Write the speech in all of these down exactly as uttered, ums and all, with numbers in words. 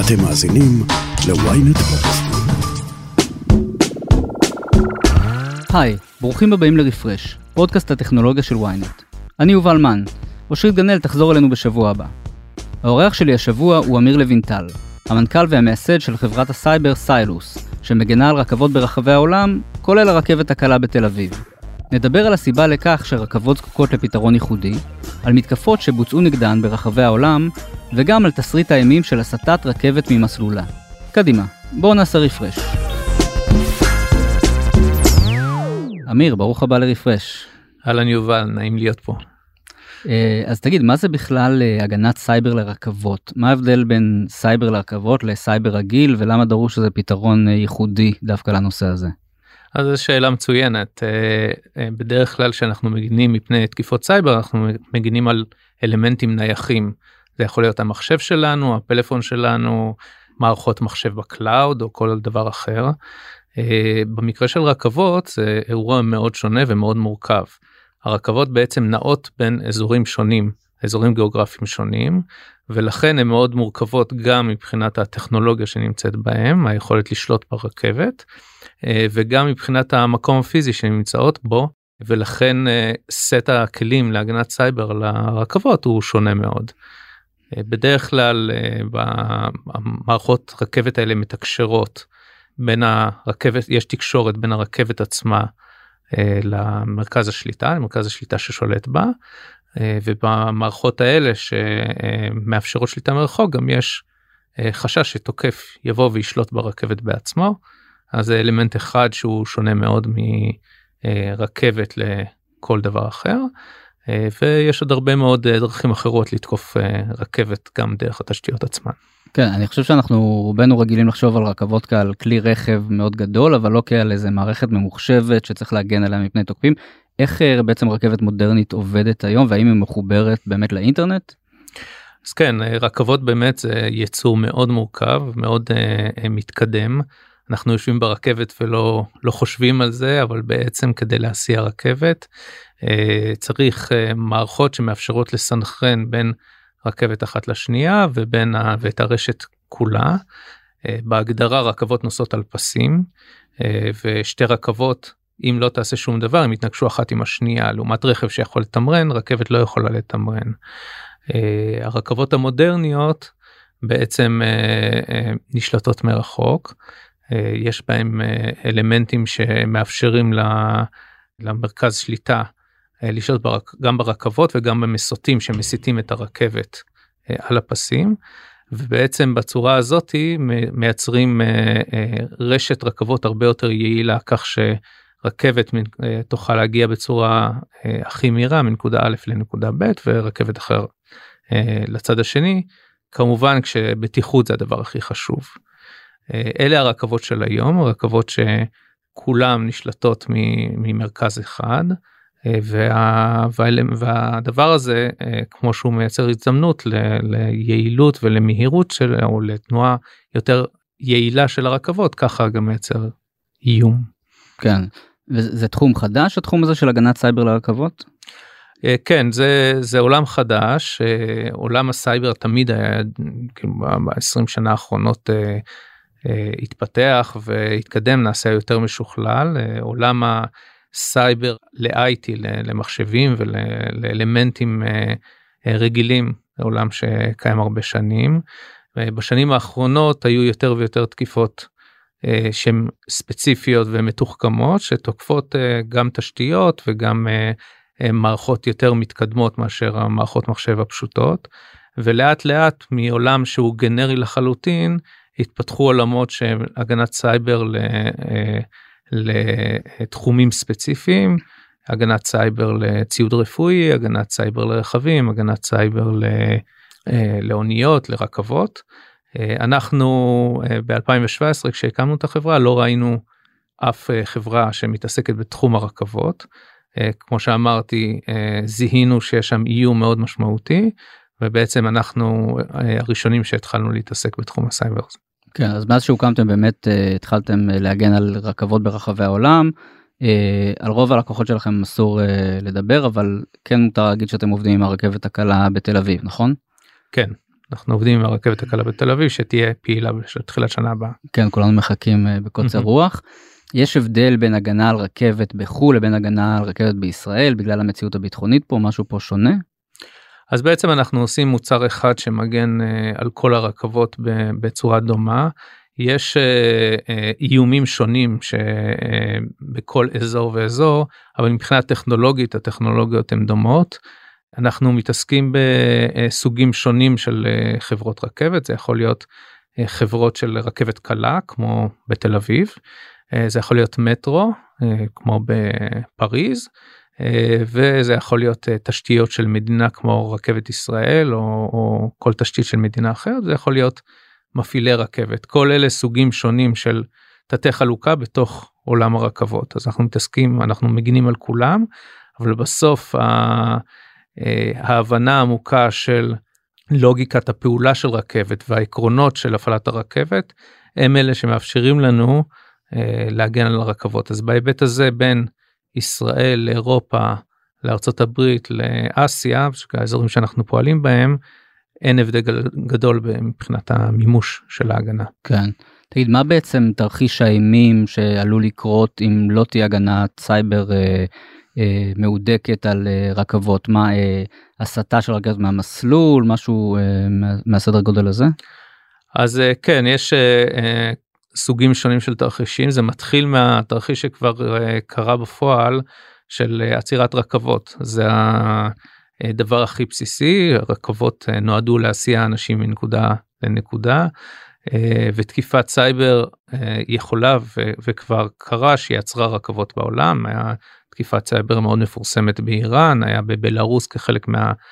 אתם מאזינים ל-ynet פודקאסט. היי, ברוכים הבאים לרפרש, פודקאסט הטכנולוגיה של ynet. אני יובל מן, אושרית גנאל תחזור אלינו בשבוע הבא. האורח שלי השבוע הוא אמיר לוינטל, המנכ"ל והמייסד של חברת הסייבר סיילוס, שמגנה על רכבות ברחבי העולם, כולל הרכבת הקלה בתל אביב. נדבר על הסיבה לכך שרכבות זקוקות לפתרון ייחודי, על מתקפות שבוצעו נגדן ברחבי העולם, וגם על תסריט האימים של הסטת רכבת ממסלולה. קדימה, בואו נעשה רפרש. אמיר, ברוך הבא לרפרש. אהלן יובל, נעים להיות פה. אז תגיד, מה זה בכלל הגנת סייבר לרכבות? מה ההבדל בין סייבר לרכבות לסייבר רגיל, ולמה דרוש שזה פתרון ייחודי דווקא לנושא הזה? אז זו שאלה מצוינת. בדרך כלל שאנחנו מגינים מפני תקיפות סייבר, אנחנו מגינים על אלמנטים נייחים. זה יכול להיות המחשב שלנו, הפלאפון שלנו, מערכות מחשב בקלאוד או כל דבר אחר. במקרה של רכבות זה אירוע מאוד שונה ומאוד מורכב. הרכבות בעצם נעות בין אזורים שונים, אזורים גיאוגרפיים שונים, ולכן הן מאוד מורכבות גם מבחינת הטכנולוגיה שנמצאת בהם, היכולת לשלוט ברכבת, וגם מבחינת המקום הפיזי שנמצאות בו, ולכן סט הכלים להגנת סייבר לרכבות הוא שונה מאוד. בדרך כלל המערכות רכבת האלה מתקשרות בין הרכבת, יש תקשורת בין הרכבת עצמה למרכז השליטה, למרכז השליטה ששולט בה, ובמערכות האלה שמאפשרות שליטה מרחוק גם יש חשש שתוקף יבוא וישלוט ברכבת בעצמו, אז זה אלמנט אחד שהוא שונה מאוד מרכבת לכל דבר אחר, ויש עוד הרבה מאוד דרכים אחרות לתקוף רכבת גם דרך התשתיות עצמן. כן, אני חושב שאנחנו רובנו רגילים לחשוב על רכבות כעל כלי רכב מאוד גדול, אבל לא כעל איזה מערכת ממוחשבת שצריך להגן עליה מפני תוקפים. איך בעצם רכבת מודרנית עובדת היום, והאם היא מחוברת באמת לאינטרנט? אז כן, רכבות באמת זה יצור מאוד מורכב, מאוד uh, מתקדם. אנחנו יושבים ברכבת ולא לא חושבים על זה, אבל בעצם כדי להסיע רכבת, uh, צריך uh, מערכות שמאפשרות לסנכרן בין רכבת אחת לשנייה, ובין ה, ואת הרשת כולה. Uh, בהגדרה רכבות נוסעות על פסים, uh, ושתי רכבות, אם לא תעשה שום דבר, הם יתנגשו אחת עם השנייה, לעומת רכב שיכול לתמרן, רכבת לא יכולה לתמרן. Uh, הרכבות המודרניות בעצם uh, uh, נשלטות מרחוק, uh, יש בהם uh, אלמנטים שמאפשרים למרכז שליטה, uh, לשלוט ברכ... גם ברכבות וגם במסותים שמסיתים את הרכבת uh, על הפסים, ובעצם בצורה הזאת מייצרים uh, uh, רשת רכבות הרבה יותר יעילה, כך ש... רכבת תוכל להגיע בצורה הכי מהירה מנקודה א' לנקודה ב', ורכבת אחר לצד השני, כמובן כשבטיחות זה הדבר הכי חשוב. אלה הרכבות של היום, הרכבות שכולם נשלטות ממרכז אחד, וה, והדבר הזה, כמו שהוא מייצר הזדמנות ליעילות ולמהירות של, או לתנועה יותר יעילה של הרכבות, ככה גם מייצר איום. כן. וזה תחום חדש, התחום הזה של הגנת סייבר לרכבות? כן, זה, זה עולם חדש, עולם הסייבר תמיד היה, ב-עשרים שנה האחרונות התפתח והתקדם, נעשה יותר משוכלל, עולם הסייבר ל-איי טי, למחשבים ולאלמנטים רגילים, עולם שקיים הרבה שנים, בשנים האחרונות היו יותר ויותר תקיפות, שהן ספציפיות ומתוחכמות, שתוקפות גם תשתיות וגם מערכות יותר מתקדמות מאשר המערכות מחשב הפשוטות, ולאט לאט מעולם שהוא גנרי לחלוטין, התפתחו עולמות של הגנת סייבר לתחומים ספציפיים, הגנת סייבר לציוד רפואי, הגנת סייבר לרכבים, הגנת סייבר לאוניות, לרכבות. אנחנו ב-אלפיים שבע עשרה כשהקמנו את החברה לא ראינו אף חברה שמתעסקת בתחום הרכבות, כמו שאמרתי זיהינו שיש שם איום מאוד משמעותי, ובעצם אנחנו הראשונים שהתחלנו להתעסק בתחום הסייבר. כן, אז מאז שהוקמתם באמת התחלתם להגן על רכבות ברחבי העולם, על רוב הלקוחות שלכם אסור לדבר, אבל כן מותר להגיד שאתם עובדים עם הרכבת הקלה בתל אביב, נכון? כן. אנחנו עובדים עם הרכבת הקלה בתל אביב, שתהיה פעילה בתחילת שנה הבאה. כן, כולנו מחכים בקוצר רוח. יש הבדל בין הגנה על רכבת בחו"ל לבין הגנה על רכבת בישראל, בגלל המציאות הביטחונית פה, משהו פה שונה? אז בעצם אנחנו עושים מוצר אחד שמגן על כל הרכבות בצורה דומה. יש איומים שונים שבכל אזור ואזור, אבל מבחינה טכנולוגית, הטכנולוגיות הן דומות. אנחנו מתעסקים בסוגים שונים של חברות רכבת, זה יכול להיות חברות של רכבת קלה, כמו בתל אביב, זה יכול להיות מטרו, כמו בפריז, וזה יכול להיות תשתיות של מדינה כמו רכבת ישראל, או, או כל תשתית של מדינה אחרת, זה יכול להיות מפעילי רכבת. כל אלה סוגים שונים של תתי חלוקה בתוך עולם הרכבות. אז אנחנו מתעסקים, אנחנו מגינים על כולם, אבל בסוף ההבנה העמוקה של לוגיקת הפעולה של רכבת והעקרונות של הפעלת הרכבת, הם אלה שמאפשרים לנו להגן על הרכבות. אז בהיבט הזה בין ישראל לאירופה, לארצות הברית, לאסיה, האזורים שאנחנו פועלים בהם, אין הבדל גדול מבחינת המימוש של ההגנה. כן. תגיד, מה בעצם תרחיש האימים שעלול לקרות אם לא תהיה הגנת סייבר אה, אה, מעודקת על אה, רכבות? מה, אה, הסתה של רכבת מהמסלול, משהו אה, מה, מהסדר גודל הזה? אז אה, כן, יש אה, אה, סוגים שונים של תרחישים, זה מתחיל מהתרחיש שכבר אה, קרה בפועל, של אה, עצירת רכבות. זה ה... דבר הכי בסיסי, רכבות נועדו להסיע אנשים מנקודה לנקודה, ותקיפת סייבר יכולה וכבר קרה שהיא יצרה רכבות בעולם. היה תקיפת סייבר מאוד מפורסמת באיראן, היה בבלרוס כחלק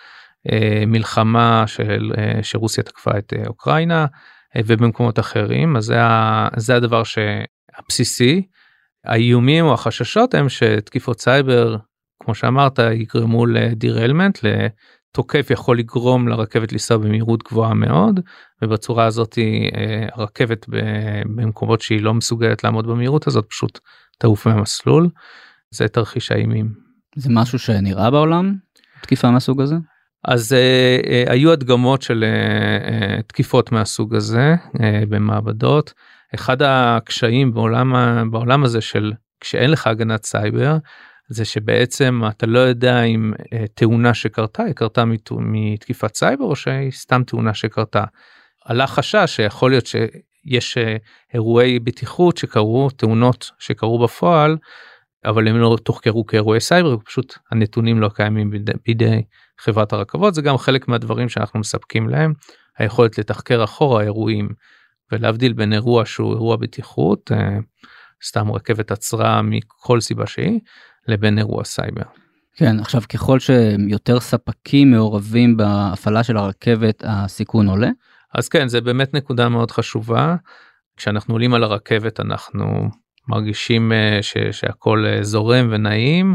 מהמלחמה של שרוסיה תקפה את אוקראינה, ובמקומות אחרים. אז זה, זה הדבר הבסיסי. האיומים או החששות הם שתקיפות סייבר, כמו שאמרת, יגרמו לדירלמנט, לתוקף יכול לגרום לרכבת לנסוע במהירות גבוהה מאוד, ובצורה הזאת הרכבת במקומות שהיא לא מסוגלת לעמוד במהירות הזאת, פשוט תעוף מהמסלול. זה תרחיש האימים. זה משהו שנראה בעולם? תקיפה מהסוג הזה? אז uh, היו הדגמות של uh, תקיפות מהסוג הזה uh, במעבדות. אחד הקשיים בעולם, בעולם הזה של כשאין לך הגנת סייבר, זה שבעצם אתה לא יודע אם uh, תאונה שקרתה, היא קרתה מת, מתקיפת סייבר או שהיא סתם תאונה שקרתה. עלה חשש שיכול להיות שיש uh, אירועי בטיחות שקרו, תאונות שקרו בפועל, אבל הם לא תוחקרו כאירועי סייבר, פשוט הנתונים לא קיימים בידי, בידי חברת הרכבות. זה גם חלק מהדברים שאנחנו מספקים להם, היכולת לתחקר אחורה אירועים, ולהבדיל בין אירוע שהוא אירוע בטיחות, סתם רכבת עצרה מכל סיבה שהיא, לבין אירוע סייבר. כן, עכשיו ככל שיותר ספקים מעורבים בהפעלה של הרכבת, הסיכון עולה? אז כן, זה באמת נקודה מאוד חשובה. כשאנחנו עולים על הרכבת, אנחנו מרגישים ש, שהכל זורם ונעים,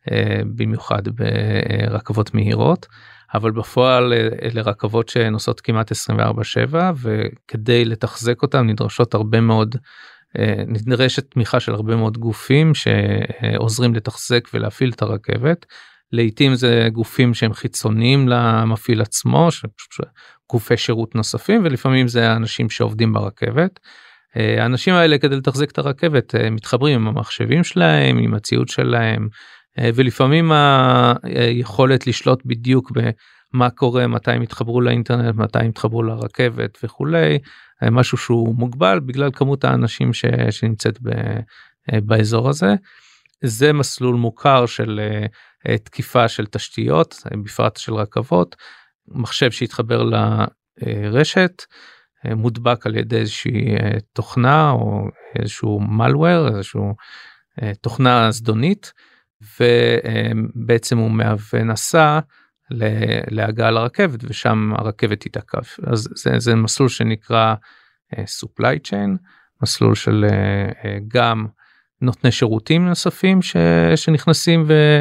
במיוחד ברכבות מהירות, אבל בפועל אלה רכבות שנוסעות כמעט עשרים וארבע שבע, וכדי לתחזק אותם נדרשות הרבה מאוד, נדרשת תמיכה של הרבה מאוד גופים שעוזרים לתחזק ולהפעיל את הרכבת. לעתים זה גופים שהם חיצוניים למפעיל עצמו, גופי שירות נוספים, ולפעמים זה האנשים שעובדים ברכבת. האנשים האלה כדי לתחזק את הרכבת מתחברים עם המחשבים שלהם, עם הציוד שלהם, ולפעמים היכולת לשלוט בדיוק במה קורה, מתי הם יתחברו לאינטרנט, מתי הם יתחברו לרכבת וכולי, משהו שהוא מוגבל בגלל כמות האנשים ש, שנמצאת ב, באזור הזה. זה מסלול מוכר של תקיפה של תשתיות, בפרט של רכבות, מחשב שהתחבר לרשת, מודבק על ידי איזושהי תוכנה או איזשהו malware, איזשהו תוכנה זדונית, ובעצם הוא מהווה נסע להגעה לרכבת, ושם הרכבת תתעכב. אז זה, זה מסלול שנקרא supply chain, מסלול של גם נותני שירותים נוספים ש, שנכנסים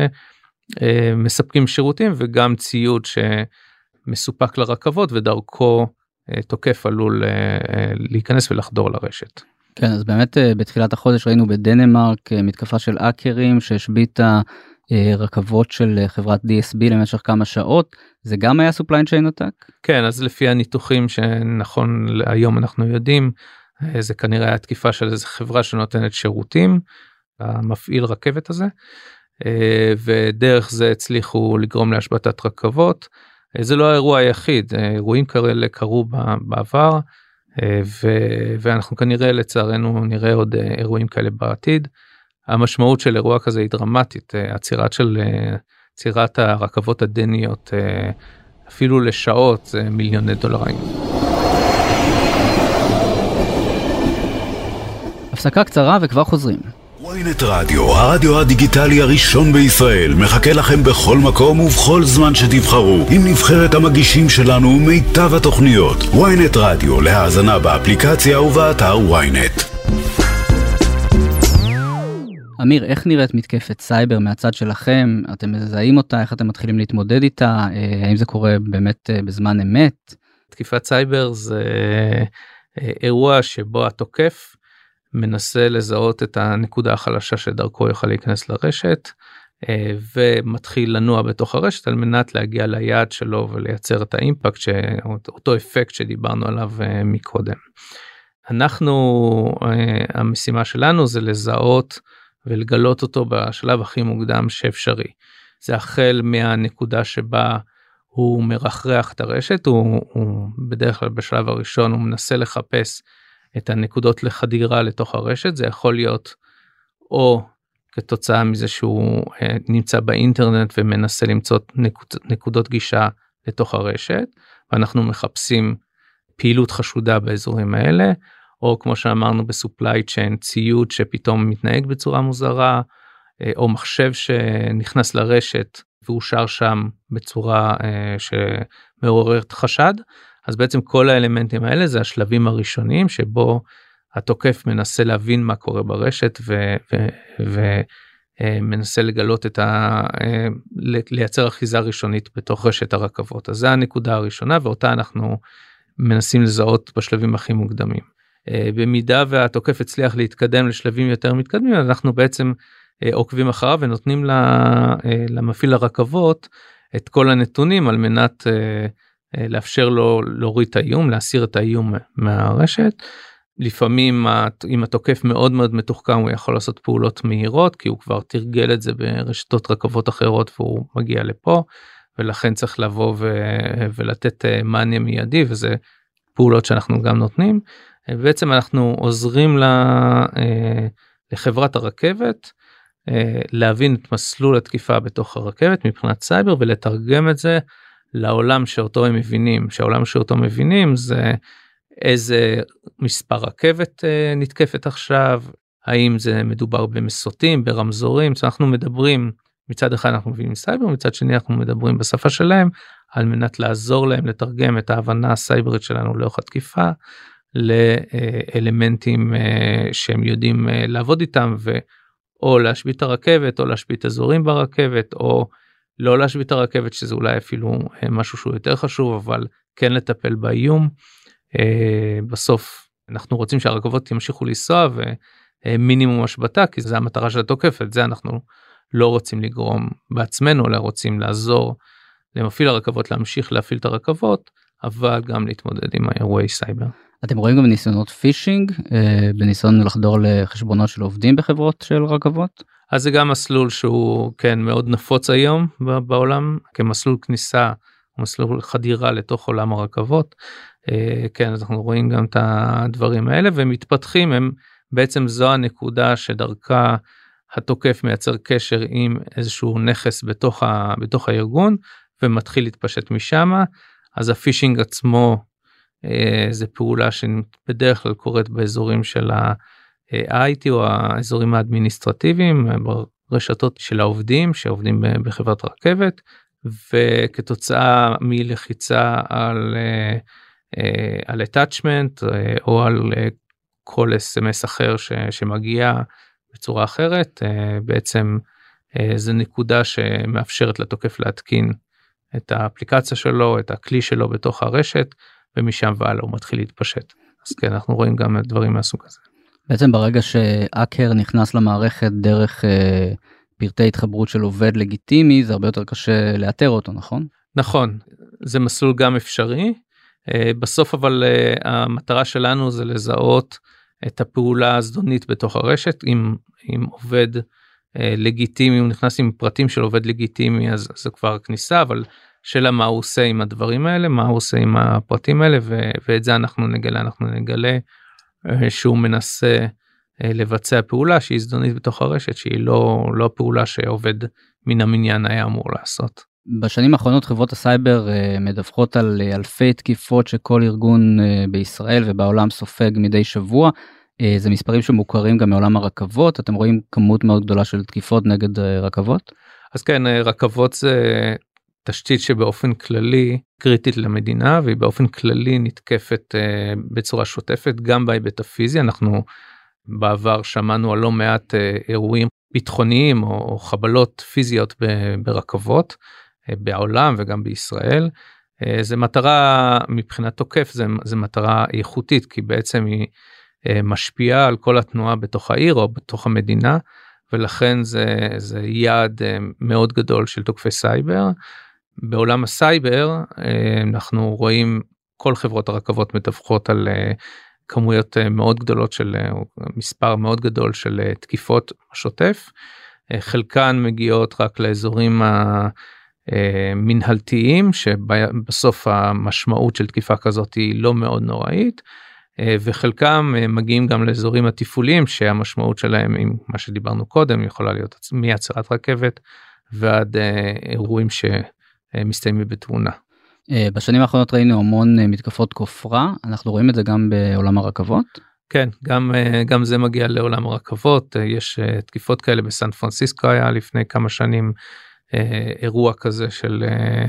ומספקים שירותים, וגם ציוד שמסופק לרכבות, ודרכו תוקף עלול להיכנס ולחדור לרשת. כן, אז באמת בתחילת החודש ראינו בדנמרק מתקפה של אקרים שהשביתה רכבות של חברת די אס בי למשך כמה שעות, זה גם היה supply chain attack? כן, אז לפי הניתוחים שנכון היום אנחנו יודעים, זה כנראה התקיפה של איזו חברה שנותנת שירותים, המפעיל רכבת הזה, ודרך זה הצליחו לגרום להשבתת רכבות. זה לא האירוע היחיד, אירועים כאלה קרו בעבר, ואנחנו כנראה לצערנו נראה עוד אירועים כאלה בעתיד. המשמעות של אירוע כזה היא דרמטית, עצירת של עצירת הרכבות הדניות אפילו לשעות זה מיליוני דולרים. הפסקה קצרה וכבר חוזרים. ynet רדיו, הרדיו הדיגיטלי הראשון בישראל, מחכה לכם בכל מקום ובכל זמן שתבחרו, עם נבחרת המגישים שלנו ומיטב התוכניות. ynet רדיו, להאזנה באפליקציה ובאתר ynet. אמיר, איך נראית מתקפת סייבר מהצד שלכם? אתם מזהים אותה? איך אתם מתחילים להתמודד איתה? האם זה קורה באמת בזמן אמת? תקיפת סייבר זה אירוע שבו התוקף מנסה לזהות את הנקודה החלשה שדרכו יוכל להיכנס לרשת, ומתחיל לנוע בתוך הרשת על מנת להגיע ליעד שלו ולייצר את האימפקט, אותו אפקט שדיברנו עליו מקודם. אנחנו, המשימה שלנו זה לזהות ולגלות אותו בשלב הכי מוקדם שאפשרי. זה החל מהנקודה שבה הוא מרחרח את הרשת, הוא, הוא בדרך כלל בשלב הראשון הוא מנסה לחפש את הנקודות לחדירה לתוך הרשת, זה יכול להיות או כתוצאה מזה שהוא אה, נמצא באינטרנט ומנסה למצוא נקוד, נקודות גישה לתוך הרשת, ואנחנו מחפשים פעילות חשודה באזורים האלה, או כמו שאמרנו בסופליי צ'יין, ציוד שפתאום מתנהג בצורה מוזרה, אה, או מחשב שנכנס לרשת והוא שר שם בצורה אה, שמעוררת חשד, אז בעצם כל האלמנטים האלה זה השלבים הראשונים שבו התוקף מנסה להבין מה קורה ברשת ומנסה לגלות את ה... לייצר אחיזה ראשונית בתוך רשת הרכבות. אז זה הנקודה הראשונה ואותה אנחנו מנסים לזהות בשלבים הכי מוקדמים. במידה והתוקף הצליח להתקדם לשלבים יותר מתקדמים, אנחנו בעצם עוקבים אחריו ונותנים למפעיל הרכבות את כל הנתונים על מנת לאפשר לו להוריד את האיום, להסיר את האיום מהרשת. לפעמים אם התוקף מאוד מאוד מתוחכם הוא יכול לעשות פעולות מהירות, כי הוא כבר תרגל את זה ברשתות רכבות אחרות והוא מגיע לפה, ולכן צריך לבוא ו- ולתת מענה מיידי, וזה פעולות שאנחנו גם נותנים. בעצם אנחנו עוזרים לה, לחברת הרכבת להבין את מסלול התקיפה בתוך הרכבת מבחינת סייבר, ולתרגם את זה לעולם שאותו הם מבינים, שהעולם שאותו מבינים זה איזה מספר רכבת נתקפת עכשיו, האם זה מדובר במסותים, ברמזורים, אנחנו מדברים, מצד אחד אנחנו מבינים סייבר, מצד שני אנחנו מדברים בשפה שלהם, על מנת לעזור להם לתרגם את ההבנה הסייברית שלנו לאורך התקיפה, לאלמנטים שהם יודעים לעבוד איתם, או להשבית את הרכבת, או להשבית אזורים ברכבת, או לא להשבית את הרכבת, שזה אולי אפילו משהו שהוא יותר חשוב, אבל כן לטפל באיום. בסוף אנחנו רוצים שהרכבות ימשיכו לנסוע, ומינימום השבתה, כי זה המטרה של התוקף, את זה אנחנו לא רוצים לגרום בעצמנו, אלא רוצים לעזור למפעיל הרכבות להמשיך להפעיל את הרכבות, אבל גם להתמודד עם האירועי סייבר. אתם רואים גם ניסיונות פישינג, בניסיון לחדור לחשבונות של עובדים בחברות של רכבות? אז זה גם מסלול שהוא כן מאוד נפוץ היום בעולם, כמסלול כניסה, מסלול חדירה לתוך עולם הרכבות. כן, אז אנחנו רואים גם את הדברים האלה, ומתפתחים, הם בעצם זו הנקודה שדרכה התוקף מייצר קשר עם איזשהו נכס בתוך, ה, בתוך הארגון, ומתחיל להתפשט משם. אז הפישינג עצמו, זה פעולה שבדרך כלל קורית באזורים של ה-איי טי או האזורים האדמיניסטרטיביים, ברשתות של העובדים שעובדים בחברת רכבת, וכתוצאה מלחיצה על, על attachment או על כל אס אם אס אחר ש, שמגיע בצורה אחרת, בעצם זה נקודה שמאפשרת לתוקף להתקין את האפליקציה שלו, את הכלי שלו בתוך הרשת, ומשם והלאה הוא מתחיל להתפשט. אז כן, אנחנו רואים גם דברים מהסוג הזה. בעצם ברגע שאקר נכנס למערכת דרך אה, פרטי התחברות של עובד לגיטימי, זה הרבה יותר קשה לאתר אותו, נכון? נכון, זה מסלול גם אפשרי. בסוף אבל המטרה שלנו זה לזהות את הפעולה הזדונית בתוך הרשת. אם, אם עובד לגיטימי, הוא נכנס עם פרטים של עובד לגיטימי, אז זה כבר כניסה, אבל שאלה מה הוא עושה עם הדברים האלה, מה הוא עושה עם הפרטים האלה, ו- ואת זה אנחנו נגלה, אנחנו נגלה שהוא מנסה לבצע פעולה שהיא זדונית בתוך הרשת, שהיא לא, לא פעולה שעובד מן המניין היה אמור לעשות. בשנים האחרונות חברות הסייבר מדווחות על אלפי תקיפות שכל ארגון בישראל ובעולם סופג מדי שבוע. זה מספרים שמוכרים גם מעולם הרכבות. אתם רואים כמות מאוד גדולה של תקיפות נגד רכבות? אז כן, רכבות זה תשתית שבאופן כללי קריטית למדינה, והיא באופן כללי נתקפת בצורה שוטפת, גם בהיבט הפיזי. אנחנו בעבר שמענו על לא מעט אירועים ביטחוניים או חבלות פיזיות ברכבות, בעולם וגם בישראל. זה מטרה מבחינת תוקף, זה, זה מטרה איכותית, כי בעצם היא משפיעה על כל התנועה בתוך העיר או בתוך המדינה, ולכן זה, זה יעד מאוד גדול של תוקפי סייבר. בעולם הסייבר אנחנו רואים כל חברות הרכבות מדווחות על כמויות מאוד גדולות של, מספר מאוד גדול של תקיפות שוטף. חלקן מגיעות רק לאזורים ה... מנהלתיים, שבסוף המשמעות של תקיפה כזאת היא לא מאוד נוראית, וחלקם מגיעים גם לאזורים התפעוליים, שהמשמעות שלהם, עם מה שדיברנו קודם, יכולה להיות מעצירת רכבת, ועד אירועים שמסתיימים בתאונה. בשנים האחרונות ראינו המון מתקפות כופרה, אנחנו רואים את זה גם בעולם הרכבות? כן, גם, גם זה מגיע לעולם הרכבות, יש תקיפות כאלה בסן פרנסיסקו היה לפני כמה שנים, אירוע כזה של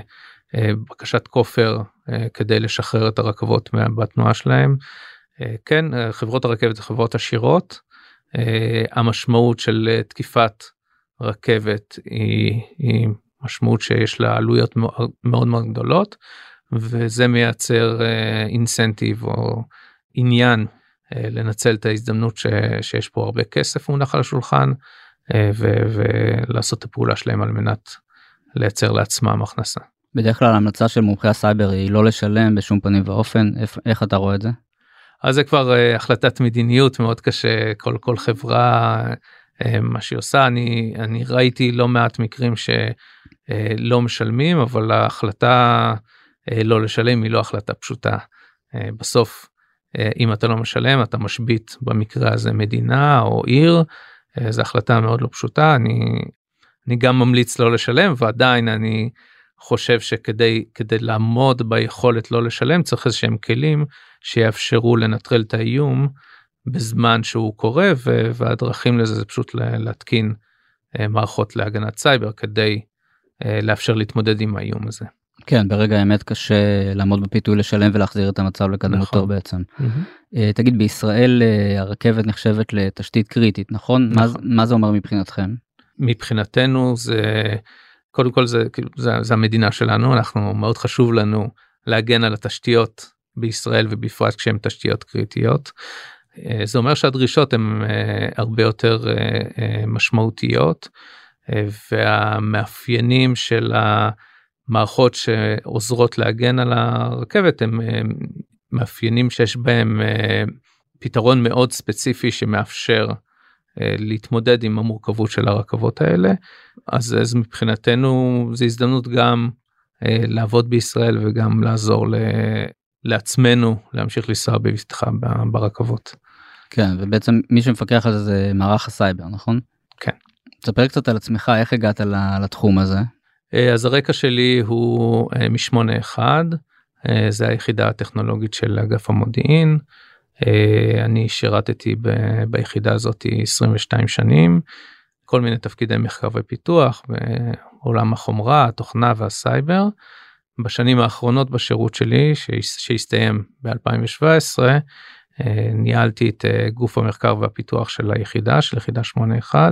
בקשת כופר כדי לשחרר את הרכבות בתנועה שלהם. כן, חברות הרכבת זה חברות עשירות, המשמעות של תקיפת רכבת היא, היא משמעות שיש לה עלויות מאוד מאוד גדולות, וזה מייצר אינסנטיב או עניין לנצל את ההזדמנות ש, שיש פה הרבה כסף מונח על השולחן, ו- ולעשות את הפעולה שלהם על מנת לייצר לעצמם הכנסה. בדרך כלל ההמלצה של מומחי הסייבר היא לא לשלם בשום פנים ואופן, איך אתה רואה את זה? אז זה כבר uh, החלטת מדיניות, מאוד קשה, כל, כל חברה, uh, מה שהיא עושה, אני, אני ראיתי לא מעט מקרים שלא uh, משלמים, אבל ההחלטה uh, לא לשלם היא לא החלטה פשוטה. Uh, בסוף, uh, אם אתה לא משלם, אתה משבית במקרה הזה מדינה או עיר, זו החלטה מאוד לא פשוטה. אני, אני גם ממליץ לא לשלם, ועדיין אני חושב שכדי כדי לעמוד ביכולת לא לשלם, צריך איזשהם כלים שיאפשרו לנטרל את האיום בזמן שהוא קורה, והדרכים לזה זה פשוט להתקין מערכות להגנת סייבר, כדי לאפשר להתמודד עם האיום הזה. כן, ברגע האמת קשה לעמוד בפיתוי לשלם ולהחזיר את המצב לקדמותו נכון. בעצם. Mm-hmm. תגיד, בישראל הרכבת נחשבת לתשתית קריטית, נכון? נכון. מה, מה זה אומר מבחינתכם? מבחינתנו זה, קודם כל זה, זה, זה המדינה שלנו, אנחנו מאוד חשוב לנו להגן על התשתיות בישראל, ובפרט כשהן תשתיות קריטיות. זה אומר שהדרישות הן הרבה יותר משמעותיות, והמאפיינים של ה... מערכות שעוזרות להגן על הרכבת, הם מאפיינים שיש בהם פתרון מאוד ספציפי שמאפשר להתמודד עם המורכבות של הרכבות האלה. אז, אז מבחינתנו זו הזדמנות גם לעבוד בישראל וגם לעזור ל, לעצמנו להמשיך לנסוע בבטחה ברכבות. כן, ובעצם מי שמפקח על זה זה מערך הסייבר, נכון? כן. תספר קצת על עצמך, איך הגעת לתחום הזה? אז הרקע שלי הוא משמונה אחד, זה היחידה הטכנולוגית של אגף המודיעין. אני שירתתי ביחידה הזאת עשרים ושתיים שנים, כל מיני תפקידי מחקר ופיתוח בעולם החומרה, התוכנה והסייבר. בשנים האחרונות בשירות שלי, שהסתיים ב-אלפיים שבע עשרה, ניהלתי את גוף המחקר והפיתוח של היחידה, של יחידה שמונה אחד,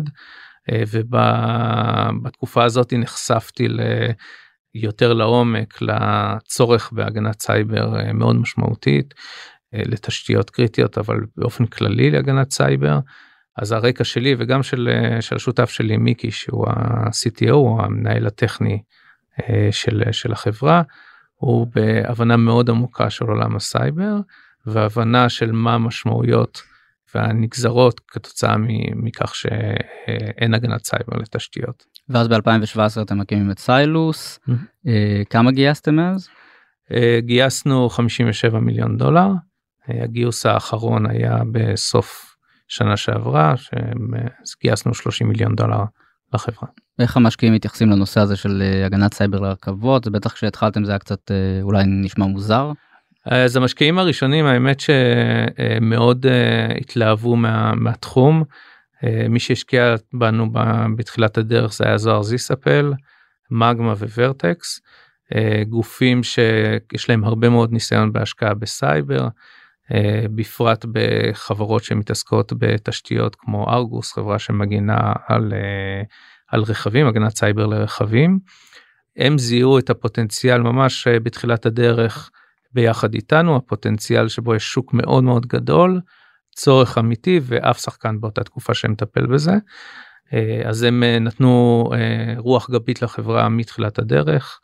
ובתקופה הזאת נחשפתי יותר לעומק לצורך בהגנת סייבר מאוד משמעותית, לתשתיות קריטיות, אבל באופן כללי להגנת סייבר, אז הרקע שלי וגם של, של השותף שלי מיקי, שהוא ה-סי טי או, הוא המנהל הטכני של, של החברה, הוא בהבנה מאוד עמוקה של עולם הסייבר, והבנה של מה המשמעויות והנגזרות כתוצאה מכך שאין הגנת סייבר לתשתיות. ואז ב-אלפיים שבע עשרה אתם מקימים את סיילוס, כמה גייסתם אז? גייסנו חמישים ושבעה מיליון דולר, הגיוס האחרון היה בסוף שנה שעברה, שגייסנו שלושים מיליון דולר לחברה. איך המשקיעים מתייחסים לנושא הזה של הגנת סייבר לרכבות? זה בטח כשהתחלתם זה היה קצת אולי נשמע מוזר. אז המשקיעים הראשונים, האמת שמאוד התלהבו מה, מהתחום, מי שהשקיע בנו בתחילת הדרך זה היה זוהר זיסאפל, מגמה וורטקס, גופים שיש להם הרבה מאוד ניסיון בהשקעה בסייבר, בפרט בחברות שמתעסקות בתשתיות כמו ארגוס, חברה שמגינה על, על רכבים, הגנת סייבר לרכבים. הם זיהו את הפוטנציאל ממש בתחילת הדרך ביחד איתנו, הפוטנציאל שבו יש שוק מאוד מאוד גדול, צורך אמיתי ואף שחקן באותה תקופה שמטפל בזה. אז הם נתנו רוח גבית לחברה מתחילת הדרך,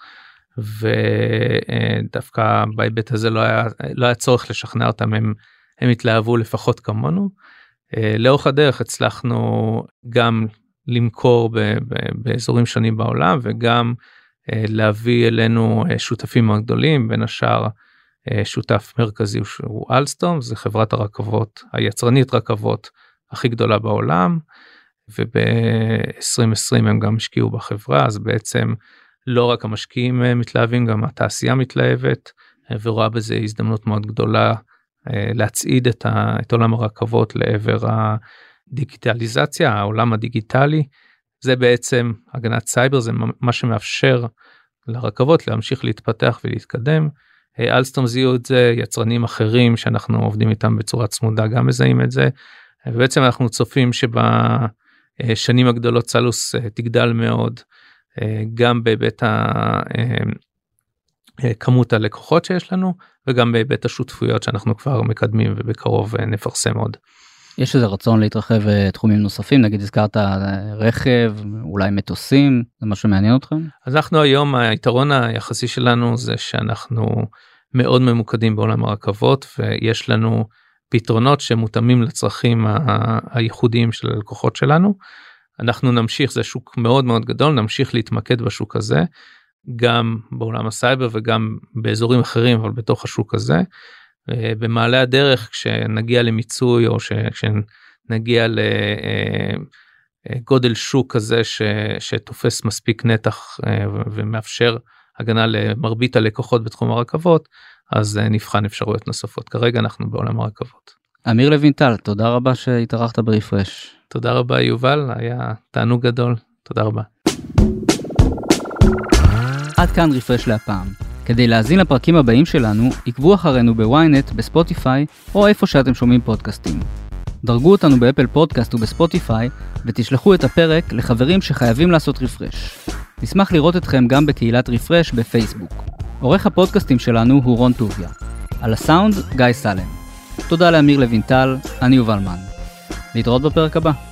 ודווקא בהיבט הזה לא היה, לא היה צורך לשכנע אותם, הם, הם התלהבו לפחות כמונו. לאורך הדרך הצלחנו גם למכור ב, ב, באזורים שונים בעולם, וגם להביא אלינו שותפים מאוד גדולים, בין השאר שותף מרכזי הוא אלסטום, זה חברת הרכבות, היצרנית רכבות הכי גדולה בעולם, וב-עשרים עשרים הם גם השקיעו בחברה, אז בעצם לא רק המשקיעים מתלהבים, גם התעשייה מתלהבת, ורואה בזה הזדמנות מאוד גדולה להצעיד את, ה, את עולם הרכבות לעבר הדיגיטליזציה, העולם הדיגיטלי. זה בעצם הגנת סייבר, זה מה שמאפשר לרכבות להמשיך להתפתח ולהתקדם. אלסטום זיהו את זה, יצרנים אחרים שאנחנו עובדים איתם בצורה צמודה גם מזהים את זה, ובעצם אנחנו צופים שבשנים הגדולות סיילוס תגדל מאוד, גם בהיבט כמות הלקוחות שיש לנו, וגם בהיבט השותפויות שאנחנו כבר מקדמים ובקרוב נפרסם עוד. יש איזה רצון להתרחב תחומים נוספים, נגיד הזכרת רכב, אולי מטוסים, זה משהו מעניין אתכם? אז אנחנו היום, היתרון היחסי שלנו זה שאנחנו מאוד ממוקדים בעולם הרכבות, ויש לנו פתרונות שמותאמים לצרכים הייחודיים של הלקוחות שלנו. אנחנו נמשיך, זה שוק מאוד מאוד גדול, נמשיך להתמקד בשוק הזה, גם בעולם הסייבר וגם באזורים אחרים, אבל בתוך השוק הזה. במעלה הדרך, כשנגיע למיצוי, או כשנגיע לגודל שוק כזה, שתופס מספיק נתח ומאפשר הגנה למרבית הלקוחות בתחום הרכבות, אז נבחן אפשרויות נוספות. כרגע אנחנו בעולם הרכבות. אמיר לוינטל, תודה רבה שהתארחת ברפרש. תודה רבה יובל, היה תענוג גדול, תודה רבה. עד כאן רפרש להפעם. כדי להזין לפרקים הבאים שלנו, עקבו אחרינו בוויינט, בספוטיפיי, או איפה שאתם שומעים פודקאסטים. דרגו אותנו באפל פודקאסט ובספוטיפיי, ותשלחו את הפרק לחברים שחייבים לעשות רפרש. נשמח לראות אתכם גם בקהילת רפרש בפייסבוק. עורך הפודקאסטים שלנו הוא רון טוביה. על הסאונד, גיא סלם. תודה לאמיר לוינטל, אני יובל מן. להתראות בפרק הבא.